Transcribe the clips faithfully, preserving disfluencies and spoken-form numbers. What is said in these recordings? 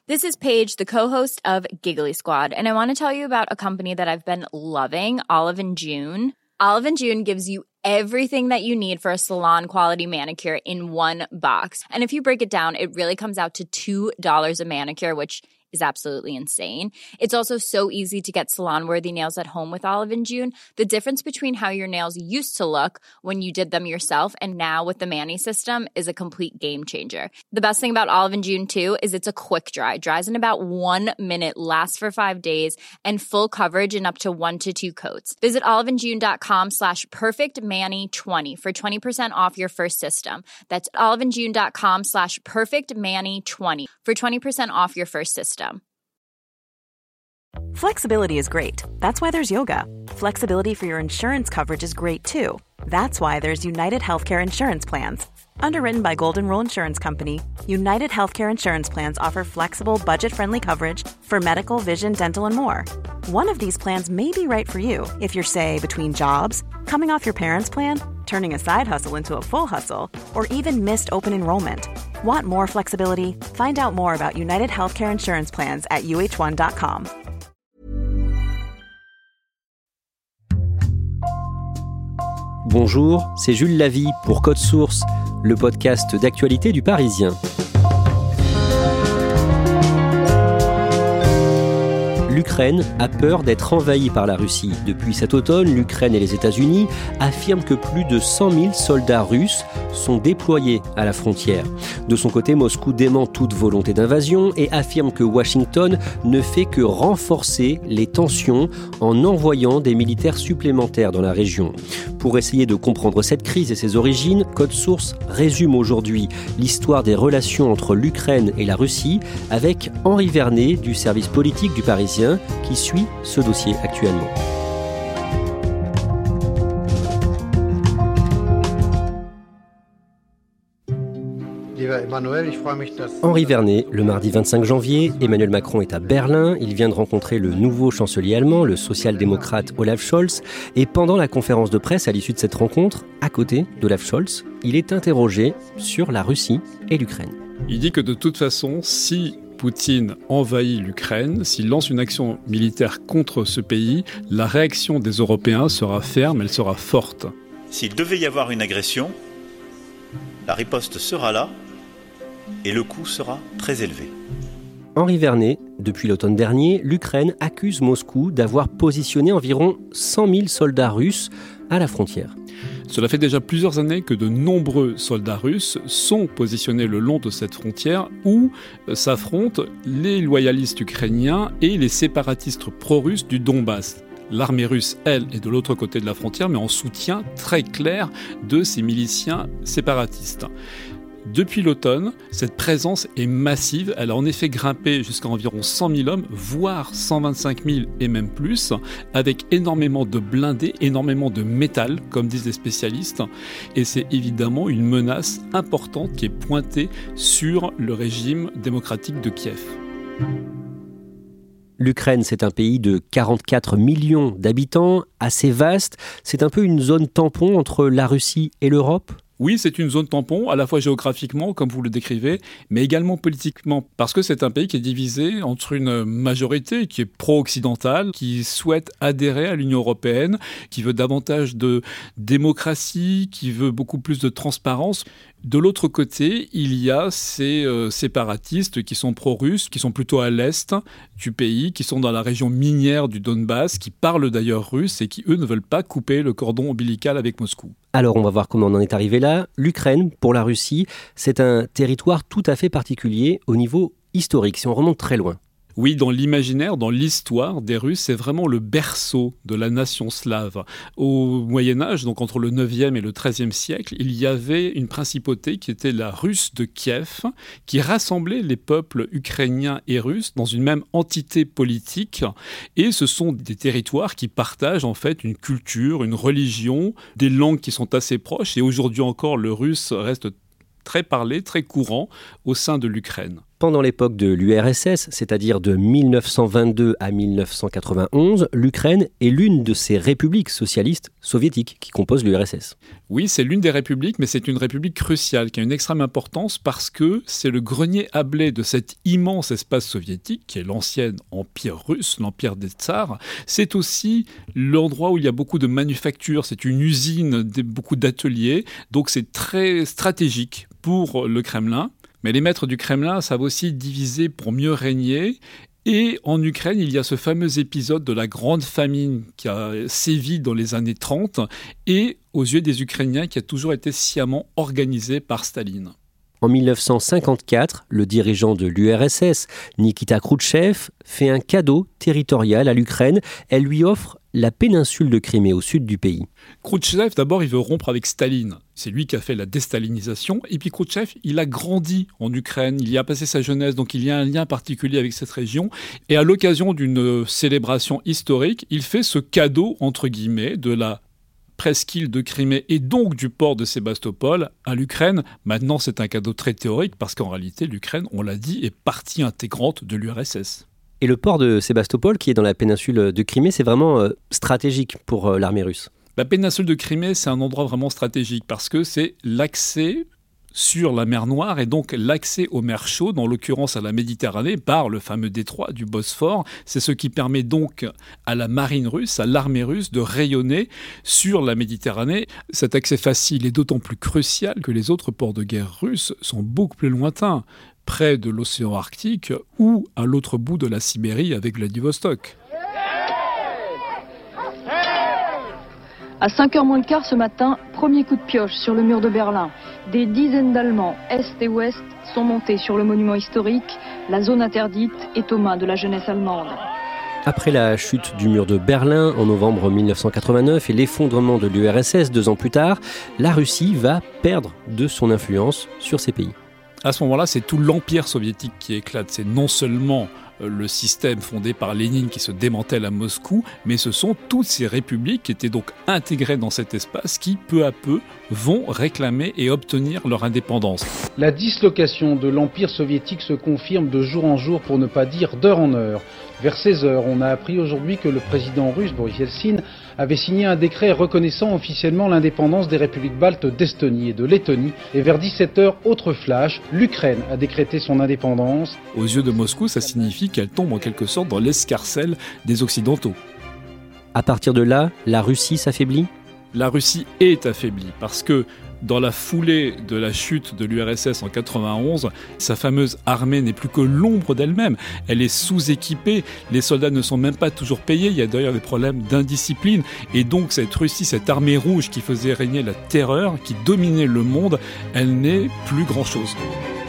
This is Paige, the co-host of Giggly Squad, and I want to tell you about a company that I've been loving, Olive and June. Olive and June gives you everything that you need for a salon-quality manicure in one box. And if you break it down, it really comes out to two dollars a manicure, which is absolutely insane. It's also so easy to get salon-worthy nails at home with Olive and June. The difference between how your nails used to look when you did them yourself and now with the Mani system is a complete game changer. The best thing about Olive and June, too, is it's a quick dry. Dries in about one minute, lasts for five days, and full coverage in up to one to two coats. Visit oliveandjune.com slash perfectmani20 for twenty percent off your first system. That's oliveandjune.com slash perfectmani20 for twenty percent off your first system. Flexibility is great. That's why there's yoga. Flexibility for your insurance coverage is great too. That's why there's United Healthcare Insurance Plans. Underwritten by Golden Rule Insurance Company, United Healthcare Insurance Plans offer flexible, budget-friendly coverage for medical, vision, dental, and more. One of these plans may be right for you if you're, say, between jobs, coming off your parents' plan, turning a side hustle into a full hustle, or even missed open enrollment. Want more flexibility? Find out more about United Healthcare Insurance Plans at U H one dot com. Bonjour, c'est Jules Lavie pour Code Source, le podcast d'actualité du Parisien. L'Ukraine a peur d'être envahie par la Russie. Depuis cet automne, l'Ukraine et les États-Unis affirment que plus de cent mille soldats russes sont déployés à la frontière. De son côté, Moscou dément toute volonté d'invasion et affirme que Washington ne fait que renforcer les tensions en envoyant des militaires supplémentaires dans la région. Pour essayer de comprendre cette crise et ses origines, Code Source résume aujourd'hui l'histoire des relations entre l'Ukraine et la Russie avec Henri Vernet du service politique du Parisien qui suit ce dossier actuellement. Henri Vernet, le mardi vingt-cinq janvier, Emmanuel Macron est à Berlin. Il vient de rencontrer le nouveau chancelier allemand, le social-démocrate Olaf Scholz. Et pendant la conférence de presse à l'issue de cette rencontre, à côté d'Olaf Scholz, il est interrogé sur la Russie et l'Ukraine. Il dit que de toute façon, si Poutine envahit l'Ukraine, s'il lance une action militaire contre ce pays, la réaction des Européens sera ferme, elle sera forte. S'il devait y avoir une agression, la riposte sera là et le coût sera très élevé. Henri Vernet, depuis l'automne dernier, l'Ukraine accuse Moscou d'avoir positionné environ cent mille soldats russes à la frontière. Cela fait déjà plusieurs années que de nombreux soldats russes sont positionnés le long de cette frontière où s'affrontent les loyalistes ukrainiens et les séparatistes pro-russes du Donbass. L'armée russe, elle, est de l'autre côté de la frontière, mais en soutien très clair de ces miliciens séparatistes. Depuis l'automne, cette présence est massive. Elle a en effet grimpé jusqu'à environ cent mille hommes, voire cent vingt-cinq mille et même plus, avec énormément de blindés, énormément de métal, comme disent les spécialistes. Et c'est évidemment une menace importante qui est pointée sur le régime démocratique de Kiev. L'Ukraine, c'est un pays de quarante-quatre millions d'habitants, assez vaste. C'est un peu une zone tampon entre la Russie et l'Europe ? Oui, c'est une zone tampon, à la fois géographiquement, comme vous le décrivez, mais également politiquement, parce que c'est un pays qui est divisé entre une majorité qui est pro-occidentale, qui souhaite adhérer à l'Union européenne, qui veut davantage de démocratie, qui veut beaucoup plus de transparence. De l'autre côté, il y a ces euh, séparatistes qui sont pro-russes, qui sont plutôt à l'est du pays, qui sont dans la région minière du Donbass, qui parlent d'ailleurs russe et qui, eux, ne veulent pas couper le cordon ombilical avec Moscou. Alors, on va voir comment on en est arrivé là. L'Ukraine, pour la Russie, c'est un territoire tout à fait particulier au niveau historique, si on remonte très loin. Oui, dans l'imaginaire, dans l'histoire des Russes, c'est vraiment le berceau de la nation slave. Au Moyen-Âge, donc entre le neuvième et le treizième siècle, il y avait une principauté qui était la Russe de Kiev, qui rassemblait les peuples ukrainiens et russes dans une même entité politique. Et ce sont des territoires qui partagent en fait une culture, une religion, des langues qui sont assez proches. Et aujourd'hui encore, le russe reste très parlé, très courant au sein de l'Ukraine. Pendant l'époque de l'U R S S, c'est-à-dire de mille neuf cent vingt-deux à mille neuf cent quatre-vingt-onze, l'Ukraine est l'une de ces républiques socialistes soviétiques qui composent l'U R S S. Oui, c'est l'une des républiques, mais c'est une république cruciale qui a une extrême importance parce que c'est le grenier à blé de cet immense espace soviétique qui est l'ancien empire russe, l'empire des tsars. C'est aussi l'endroit où il y a beaucoup de manufactures, c'est une usine, beaucoup d'ateliers, donc c'est très stratégique pour le Kremlin. Mais les maîtres du Kremlin savent aussi diviser pour mieux régner. Et en Ukraine, il y a ce fameux épisode de la grande famine qui a sévi dans les années trente et, aux yeux des Ukrainiens, qui a toujours été sciemment organisé par Staline. En mille neuf cent cinquante-quatre, le dirigeant de l'U R S S, Nikita Khrouchtchev, fait un cadeau territorial à l'Ukraine. Elle lui offre la péninsule de Crimée au sud du pays. Khrouchtchev, d'abord, il veut rompre avec Staline. C'est lui qui a fait la déstalinisation. Et puis Khrouchtchev, il a grandi en Ukraine, il y a passé sa jeunesse, donc il y a un lien particulier avec cette région. Et à l'occasion d'une célébration historique, il fait ce cadeau, entre guillemets, de la presqu'île de Crimée et donc du port de Sébastopol à l'Ukraine. Maintenant, c'est un cadeau très théorique parce qu'en réalité, l'Ukraine, on l'a dit, est partie intégrante de l'U R S S. Et le port de Sébastopol, qui est dans la péninsule de Crimée, c'est vraiment euh, stratégique pour euh, l'armée russe. La péninsule de Crimée, c'est un endroit vraiment stratégique parce que c'est l'accès sur la mer Noire et donc l'accès aux mers chaudes, en l'occurrence à la Méditerranée, par le fameux détroit du Bosphore. C'est ce qui permet donc à la marine russe, à l'armée russe, de rayonner sur la Méditerranée. Cet accès facile est d'autant plus crucial que les autres ports de guerre russes sont beaucoup plus lointains, près de l'océan Arctique ou à l'autre bout de la Sibérie avec Vladivostok. À cinq heures moins le quart ce matin, premier coup de pioche sur le mur de Berlin. Des dizaines d'Allemands, Est et Ouest, sont montés sur le monument historique. La zone interdite est aux mains de la jeunesse allemande. Après la chute du mur de Berlin en novembre mille neuf cent quatre-vingt-neuf et l'effondrement de l'U R S S deux ans plus tard, la Russie va perdre de son influence sur ces pays. À ce moment-là, c'est tout l'empire soviétique qui éclate. C'est non seulement le système fondé par Lénine qui se démantèle à Moscou, mais ce sont toutes ces républiques qui étaient donc intégrées dans cet espace qui, peu à peu, vont réclamer et obtenir leur indépendance. La dislocation de l'empire soviétique se confirme de jour en jour, pour ne pas dire d'heure en heure. Vers seize heures, on a appris aujourd'hui que le président russe, Boris Yeltsin, avait signé un décret reconnaissant officiellement l'indépendance des républiques baltes d'Estonie et de Lettonie. Et vers dix-sept heures, autre flash, l'Ukraine a décrété son indépendance. Aux yeux de Moscou, ça signifie qu'elle tombe en quelque sorte dans l'escarcelle des Occidentaux. À partir de là, la Russie s'affaiblit ? La Russie est affaiblie parce que dans la foulée de la chute de l'U R S S en quatre-vingt-onze, sa fameuse armée n'est plus que l'ombre d'elle-même. Elle est sous-équipée, les soldats ne sont même pas toujours payés, il y a d'ailleurs des problèmes d'indiscipline. Et donc cette Russie, cette armée rouge qui faisait régner la terreur, qui dominait le monde, elle n'est plus grand-chose.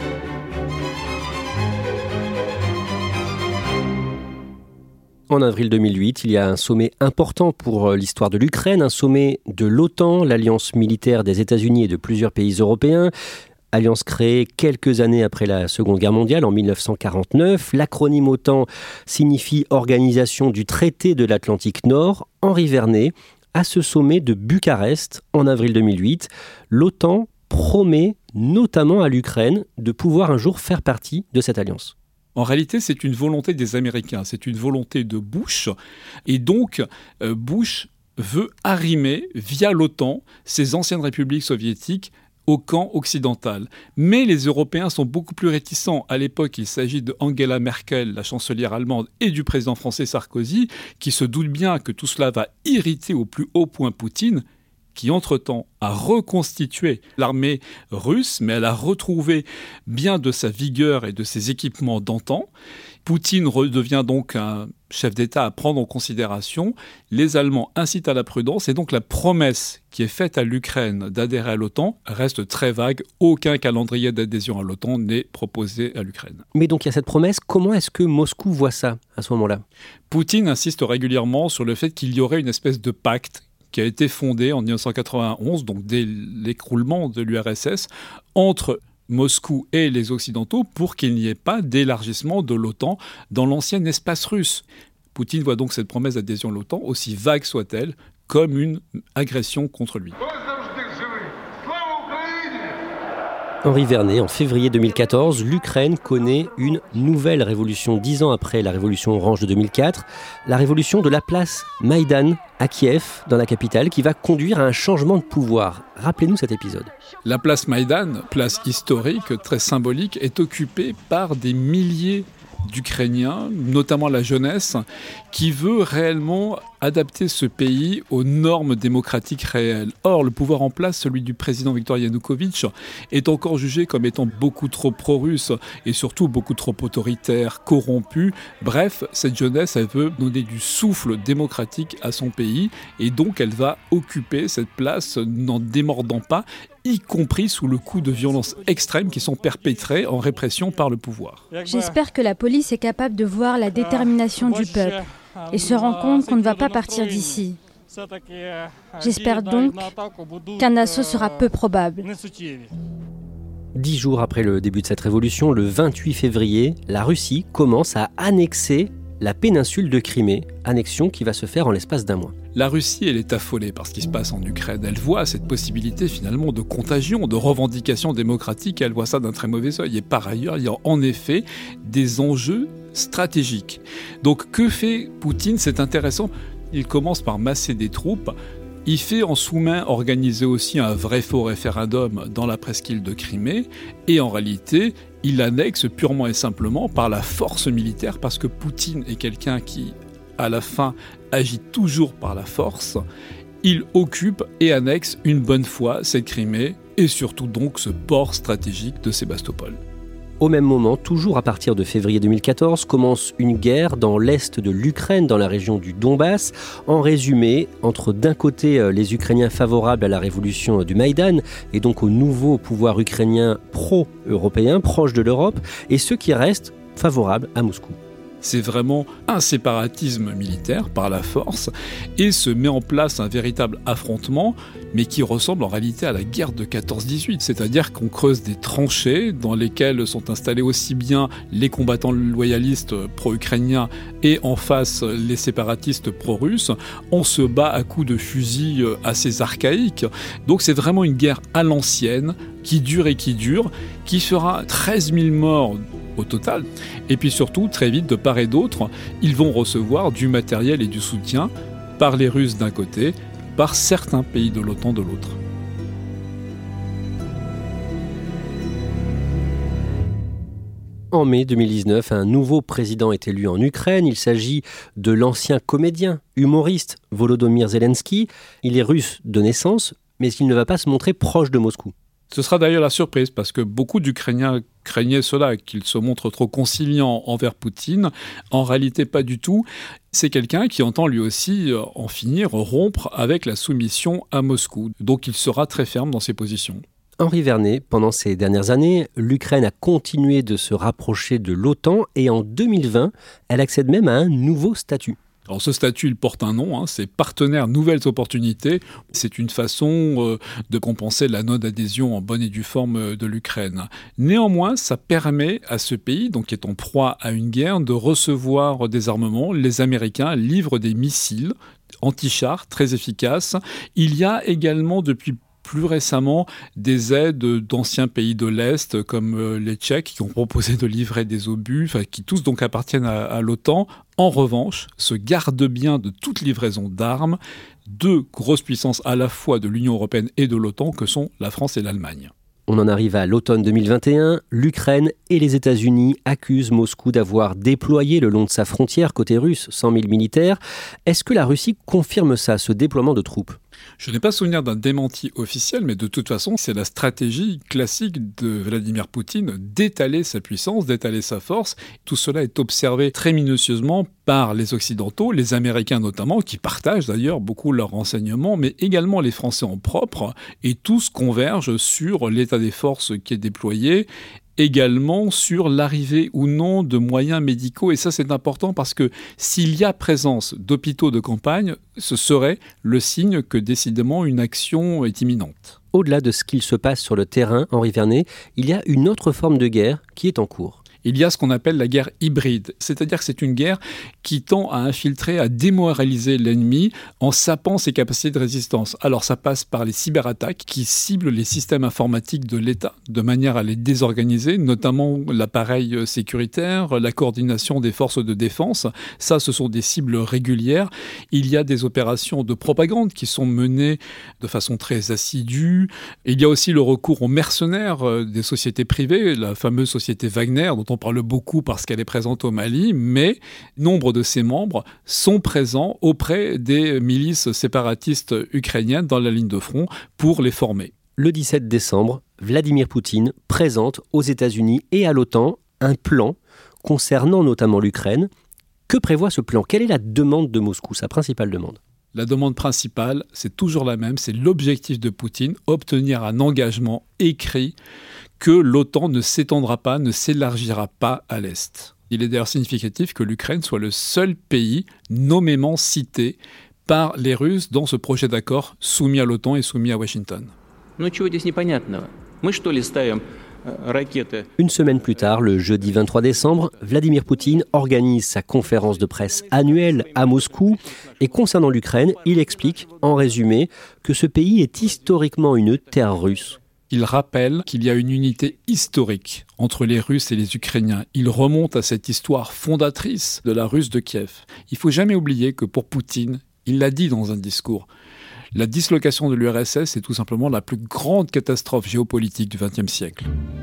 En avril deux mille huit, il y a un sommet important pour l'histoire de l'Ukraine, un sommet de l'OTAN, l'alliance militaire des États-Unis et de plusieurs pays européens. Alliance créée quelques années après la Seconde Guerre mondiale, en mille neuf cent quarante-neuf. L'acronyme OTAN signifie Organisation du traité de l'Atlantique Nord. Henri Vernet, à ce sommet de Bucarest, en avril deux mille huit, l'OTAN promet notamment à l'Ukraine de pouvoir un jour faire partie de cette alliance. En réalité, c'est une volonté des Américains, c'est une volonté de Bush. Et donc, euh, Bush veut arrimer, via l'OTAN, ces anciennes républiques soviétiques au camp occidental. Mais les Européens sont beaucoup plus réticents. À l'époque, il s'agit de Angela Merkel, la chancelière allemande, et du président français Sarkozy, qui se doutent bien que tout cela va irriter au plus haut point Poutine, qui entre-temps a reconstitué l'armée russe, mais elle a retrouvé bien de sa vigueur et de ses équipements d'antan. Poutine redevient donc un chef d'État à prendre en considération. Les Allemands incitent à la prudence et donc la promesse qui est faite à l'Ukraine d'adhérer à l'OTAN reste très vague. Aucun calendrier d'adhésion à l'OTAN n'est proposé à l'Ukraine. Mais donc il y a cette promesse. Comment est-ce que Moscou voit ça à ce moment-là ? Poutine insiste régulièrement sur le fait qu'il y aurait une espèce de pacte qui a été fondé en dix-neuf cent quatre-vingt-onze, donc dès l'écroulement de l'U R S S, entre Moscou et les Occidentaux pour qu'il n'y ait pas d'élargissement de l'OTAN dans l'ancien espace russe. Poutine voit donc cette promesse d'adhésion à l'OTAN, aussi vague soit-elle, comme une agression contre lui. Henri Vernet, en février deux mille quatorze, l'Ukraine connaît une nouvelle révolution, dix ans après la révolution orange de deux mille quatre, la révolution de la place Maïdan à Kiev, dans la capitale, qui va conduire à un changement de pouvoir. Rappelez-nous cet épisode. La place Maïdan, place historique, très symbolique, est occupée par des milliers d'Ukrainiens, notamment la jeunesse, qui veut réellement adapter ce pays aux normes démocratiques réelles. Or, le pouvoir en place, celui du président Viktor Yanukovych, est encore jugé comme étant beaucoup trop pro-russe et surtout beaucoup trop autoritaire, corrompu. Bref, cette jeunesse, elle veut donner du souffle démocratique à son pays et donc elle va occuper cette place n'en démordant pas, y compris sous le coup de violences extrêmes qui sont perpétrées en répression par le pouvoir. J'espère que la police est capable de voir la détermination du peuple et se rend compte qu'on ne va pas partir d'ici. J'espère donc qu'un assaut sera peu probable. Dix jours après le début de cette révolution, le vingt-huit février, la Russie commence à annexer la péninsule de Crimée, annexion qui va se faire en l'espace d'un mois. La Russie, elle est affolée par ce qui se passe en Ukraine. Elle voit cette possibilité finalement de contagion, de revendication démocratique, elle voit ça d'un très mauvais œil. Et par ailleurs, il y a en effet des enjeux stratégiques. Donc que fait Poutine ? C'est intéressant. Il commence par masser des troupes. Il fait en sous-main organiser aussi un vrai faux référendum dans la presqu'île de Crimée. Et en réalité, il annexe purement et simplement par la force militaire, parce que Poutine est quelqu'un qui, à la fin, agit toujours par la force. Il occupe et annexe une bonne fois cette Crimée et surtout donc ce port stratégique de Sébastopol. Au même moment, toujours à partir de février deux mille quatorze, commence une guerre dans l'est de l'Ukraine, dans la région du Donbass. En résumé, entre d'un côté les Ukrainiens favorables à la révolution du Maïdan et donc au nouveau pouvoir ukrainien pro-européen, proche de l'Europe, et ceux qui restent favorables à Moscou. C'est vraiment un séparatisme militaire par la force et se met en place un véritable affrontement, mais qui ressemble en réalité à la guerre de quatorze dix-huit, c'est-à-dire qu'on creuse des tranchées dans lesquelles sont installés aussi bien les combattants loyalistes pro-ukrainiens et en face les séparatistes pro-russes. On se bat à coups de fusils assez archaïques, donc c'est vraiment une guerre à l'ancienne qui dure et qui dure, qui fera treize mille morts au total. Et puis surtout, très vite, de part et d'autre, ils vont recevoir du matériel et du soutien par les Russes d'un côté, par certains pays de l'OTAN de l'autre. En mai deux mille dix-neuf, un nouveau président est élu en Ukraine. Il s'agit de l'ancien comédien, humoriste Volodymyr Zelensky. Il est russe de naissance, mais il ne va pas se montrer proche de Moscou. Ce sera d'ailleurs la surprise, parce que beaucoup d'Ukrainiens craignaient cela, qu'il se montre trop conciliant envers Poutine. En réalité, pas du tout. C'est quelqu'un qui entend lui aussi en finir, rompre avec la soumission à Moscou. Donc il sera très ferme dans ses positions. Henri Vernet, pendant ces dernières années, l'Ukraine a continué de se rapprocher de l'OTAN et en deux mille vingt, elle accède même à un nouveau statut. Alors ce statut, il porte un nom, hein, c'est Partenaire Nouvelles Opportunités. C'est une façon euh, de compenser la non-adhésion en bonne et due forme de l'Ukraine. Néanmoins, ça permet à ce pays, donc qui est en proie à une guerre, de recevoir des armements. Les Américains livrent des missiles anti-chars très efficaces. Il y a également depuis plus récemment des aides d'anciens pays de l'Est comme les Tchèques qui ont proposé de livrer des obus, enfin, qui tous donc appartiennent à, à l'OTAN. En revanche, se gardent bien de toute livraison d'armes deux grosses puissances à la fois de l'Union européenne et de l'OTAN que sont la France et l'Allemagne. On en arrive à l'automne deux mille vingt et un. L'Ukraine et les États-Unis accusent Moscou d'avoir déployé le long de sa frontière côté russe cent mille militaires. Est-ce que la Russie confirme ça, ce déploiement de troupes ? Je n'ai pas souvenir d'un démenti officiel, mais de toute façon, c'est la stratégie classique de Vladimir Poutine d'étaler sa puissance, d'étaler sa force. Tout cela est observé très minutieusement par les Occidentaux, les Américains notamment, qui partagent d'ailleurs beaucoup leurs renseignements, mais également les Français en propre, et tous convergent sur l'état des forces qui est déployé, également sur l'arrivée ou non de moyens médicaux. Et ça, c'est important parce que s'il y a présence d'hôpitaux de campagne, ce serait le signe que décidément une action est imminente. Au-delà de ce qu'il se passe sur le terrain, Henri Vernet, il y a une autre forme de guerre qui est en cours. Il y a ce qu'on appelle la guerre hybride, c'est-à-dire que c'est une guerre qui tend à infiltrer, à démoraliser l'ennemi en sapant ses capacités de résistance. Alors ça passe par les cyberattaques qui ciblent les systèmes informatiques de l'État de manière à les désorganiser, notamment l'appareil sécuritaire, la coordination des forces de défense. Ça, ce sont des cibles régulières. Il y a des opérations de propagande qui sont menées de façon très assidue. Il y a aussi le recours aux mercenaires des sociétés privées, la fameuse société Wagner, dont on parle beaucoup parce qu'elle est présente au Mali, mais nombre de ses membres sont présents auprès des milices séparatistes ukrainiennes dans la ligne de front pour les former. Le dix-sept décembre, Vladimir Poutine présente aux États-Unis et à l'OTAN un plan concernant notamment l'Ukraine. Que prévoit ce plan ? Quelle est la demande de Moscou, sa principale demande ? La demande principale, c'est toujours la même, c'est l'objectif de Poutine, obtenir un engagement écrit que l'OTAN ne s'étendra pas, ne s'élargira pas à l'Est. Il est d'ailleurs significatif que l'Ukraine soit le seul pays nommément cité par les Russes dans ce projet d'accord soumis à l'OTAN et soumis à Washington. Une semaine plus tard, le jeudi vingt-trois décembre, Vladimir Poutine organise sa conférence de presse annuelle à Moscou. Et concernant l'Ukraine, il explique, en résumé, que ce pays est historiquement une terre russe. Il rappelle qu'il y a une unité historique entre les Russes et les Ukrainiens. Il remonte à cette histoire fondatrice de la Russe de Kiev. Il ne faut jamais oublier que pour Poutine, il l'a dit dans un discours, la dislocation de l'U R S S est tout simplement la plus grande catastrophe géopolitique du vingtième siècle.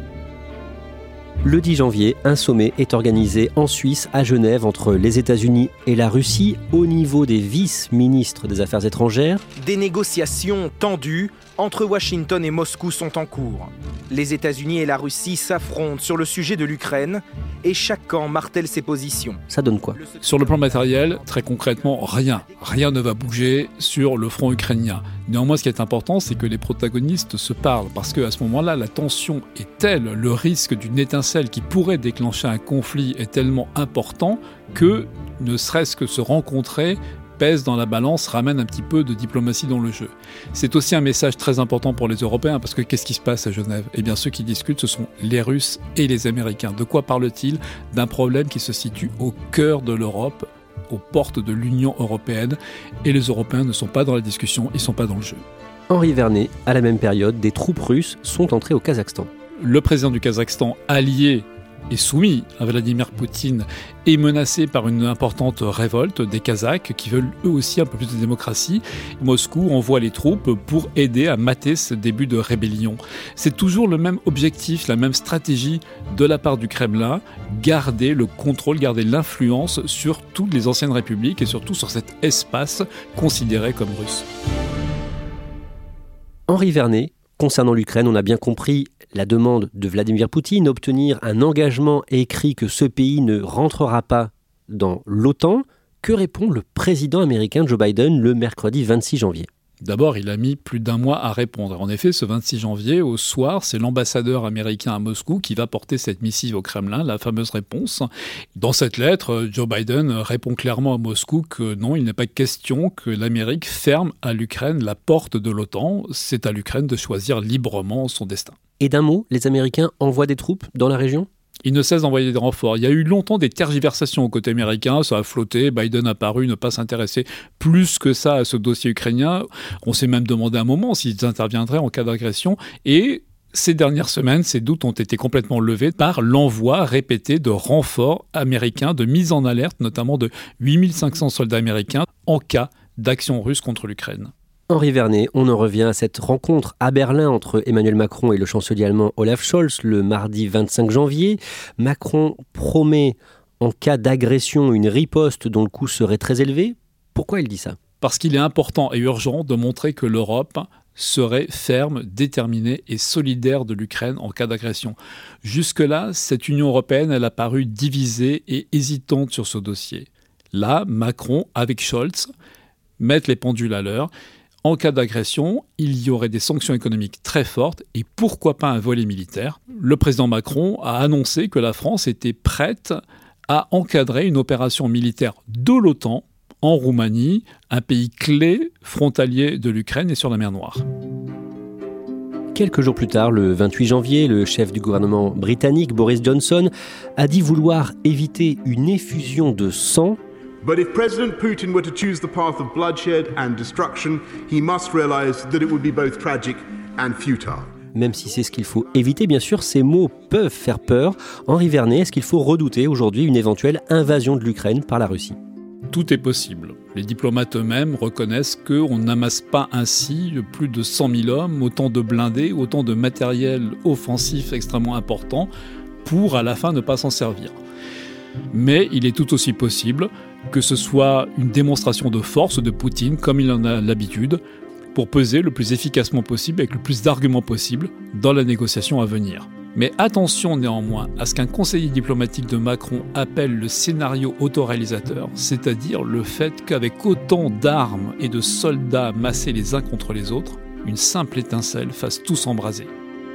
Le dix janvier, un sommet est organisé en Suisse, à Genève, entre les États-Unis et la Russie, au niveau des vice-ministres des Affaires étrangères. Des négociations tendues entre Washington et Moscou sont en cours. Les États-Unis et la Russie s'affrontent sur le sujet de l'Ukraine et chaque camp martèle ses positions. Ça donne quoi ? Sur le plan matériel, très concrètement, rien. Rien ne va bouger sur le front ukrainien. Néanmoins, ce qui est important, c'est que les protagonistes se parlent, parce qu'à ce moment-là, la tension est telle, le risque d'une étincelle qui pourrait déclencher un conflit est tellement important que, ne serait-ce que se rencontrer, pèse dans la balance, ramène un petit peu de diplomatie dans le jeu. C'est aussi un message très important pour les Européens, parce que qu'est-ce qui se passe à Genève ? Eh bien, ceux qui discutent, ce sont les Russes et les Américains. De quoi parle-t-il ? D'un problème qui se situe au cœur de l'Europe, aux portes de l'Union européenne, et les Européens ne sont pas dans la discussion, ils ne sont pas dans le jeu. Henri Vernet, à la même période, des troupes russes sont entrées au Kazakhstan. Le président du Kazakhstan, allié et soumis à Vladimir Poutine, est menacé par une importante révolte des Kazakhs qui veulent eux aussi un peu plus de démocratie. Moscou envoie les troupes pour aider à mater ce début de rébellion. C'est toujours le même objectif, la même stratégie de la part du Kremlin, garder le contrôle, garder l'influence sur toutes les anciennes républiques et surtout sur cet espace considéré comme russe. Henri Vernet, concernant l'Ukraine, on a bien compris la demande de Vladimir Poutine, obtenir un engagement écrit que ce pays ne rentrera pas dans l'OTAN. Que répond le président américain Joe Biden le mercredi vingt-six janvier ? D'abord, il a mis plus d'un mois à répondre. En effet, ce vingt-six janvier, au soir, c'est l'ambassadeur américain à Moscou qui va porter cette missive au Kremlin, la fameuse réponse. Dans cette lettre, Joe Biden répond clairement à Moscou que non, il n'est pas question que l'Amérique ferme à l'Ukraine la porte de l'OTAN. C'est à l'Ukraine de choisir librement son destin. Et d'un mot, les Américains envoient des troupes dans la région ? Ils ne cessent d'envoyer des renforts. Il y a eu longtemps des tergiversations au côté américain, ça a flotté, Biden a paru ne pas s'intéresser plus que ça à ce dossier ukrainien. On s'est même demandé un moment s'ils interviendraient en cas d'agression. Et ces dernières semaines, ces doutes ont été complètement levés par l'envoi répété de renforts américains, de mise en alerte, notamment de huit mille cinq cents soldats américains en cas d'action russe contre l'Ukraine. Henri Vernet, on en revient à cette rencontre à Berlin entre Emmanuel Macron et le chancelier allemand Olaf Scholz le mardi vingt-cinq janvier. Macron promet en cas d'agression une riposte dont le coût serait très élevé. Pourquoi il dit ça ? Parce qu'il est important et urgent de montrer que l'Europe serait ferme, déterminée et solidaire de l'Ukraine en cas d'agression. Jusque-là, cette Union européenne, elle a paru divisée et hésitante sur ce dossier. Là, Macron, avec Scholz, mettent les pendules à l'heure. En cas d'agression, il y aurait des sanctions économiques très fortes et pourquoi pas un volet militaire. Le président Macron a annoncé que la France était prête à encadrer une opération militaire de l'OTAN en Roumanie, un pays clé frontalier de l'Ukraine et sur la mer Noire. quelques jours plus tard, le vingt-huit janvier, le chef du gouvernement britannique, Boris Johnson, a dit vouloir éviter une effusion de sang. But if President Putin were to choose the path of bloodshed and destruction, he must realize that it would be both tragic and futile. Même si c'est ce qu'il faut éviter, bien sûr, ces mots peuvent faire peur. Henri Vernet, est-ce qu'il faut redouter aujourd'hui une éventuelle invasion de l'Ukraine par la Russie ? Tout est possible. Les diplomates eux-mêmes reconnaissent qu'on n'amasse pas ainsi plus de cent mille hommes, autant de blindés, autant de matériel offensif extrêmement important pour à la fin ne pas s'en servir. Mais il est tout aussi possible que ce soit une démonstration de force de Poutine, comme il en a l'habitude, pour peser le plus efficacement possible, avec le plus d'arguments possible, dans la négociation à venir. Mais attention néanmoins à ce qu'un conseiller diplomatique de Macron appelle le scénario autoréalisateur, c'est-à-dire le fait qu'avec autant d'armes et de soldats massés les uns contre les autres, une simple étincelle fasse tout s'embraser.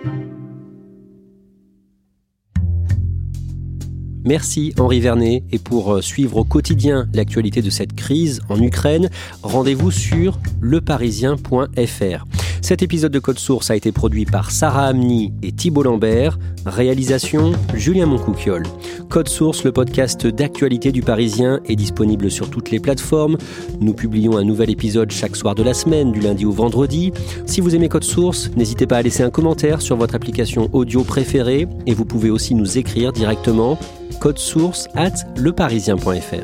Merci Henri Vernet, et pour suivre au quotidien l'actualité de cette crise en Ukraine, rendez-vous sur le parisien point f r. Cet épisode de Code Source a été produit par Sarah Amni et Thibault Lambert. Réalisation, Julien Moncouquiol. Code Source, le podcast d'actualité du Parisien, est disponible sur toutes les plateformes. Nous publions un nouvel épisode chaque soir de la semaine, du lundi au vendredi. Si vous aimez Code Source, n'hésitez pas à laisser un commentaire sur votre application audio préférée, et vous pouvez aussi nous écrire directement code source arobase le parisien point f r.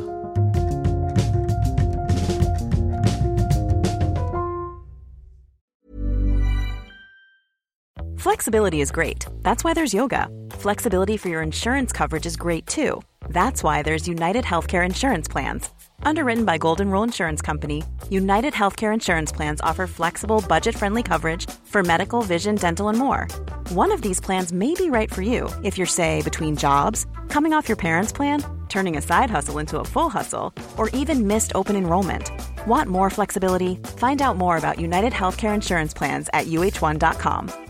Flexibility is great. That's why there's yoga. Flexibility for your insurance coverage is great too. That's why there's United Healthcare Insurance Plans. Underwritten by Golden Rule Insurance Company, United Healthcare Insurance Plans offer flexible, budget-friendly coverage for medical, vision, dental, and more. One of these plans may be right for you if you're, say, between jobs, coming off your parents' plan, turning a side hustle into a full hustle, or even missed open enrollment. Want more flexibility? Find out more about United Healthcare Insurance Plans at U H one dot com.